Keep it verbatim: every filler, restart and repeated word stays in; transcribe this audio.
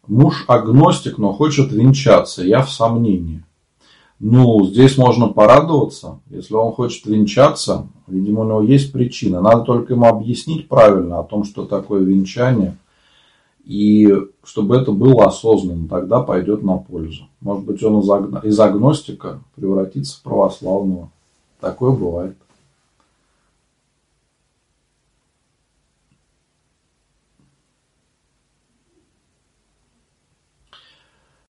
Муж агностик, но хочет венчаться. Я в сомнении. Ну, здесь можно порадоваться. Если он хочет венчаться, видимо, у него есть причина. Надо только ему объяснить правильно о том, что такое венчание. И чтобы это было осознанно, тогда пойдет на пользу. Может быть, он из агностика превратится в православного. Такое бывает.